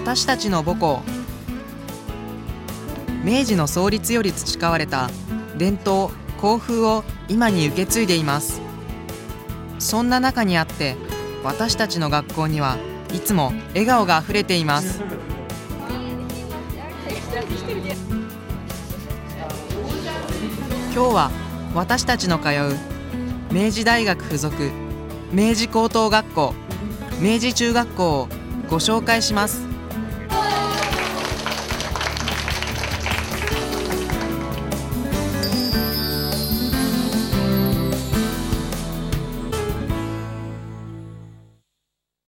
私たちの母校。明治の創立より培われた伝統校風を今に受け継いでいます。そんな中にあって、私たちの学校にはいつも笑顔があふれています。今日は私たちの通う明治大学附属明治高等学校明治中学校をご紹介します。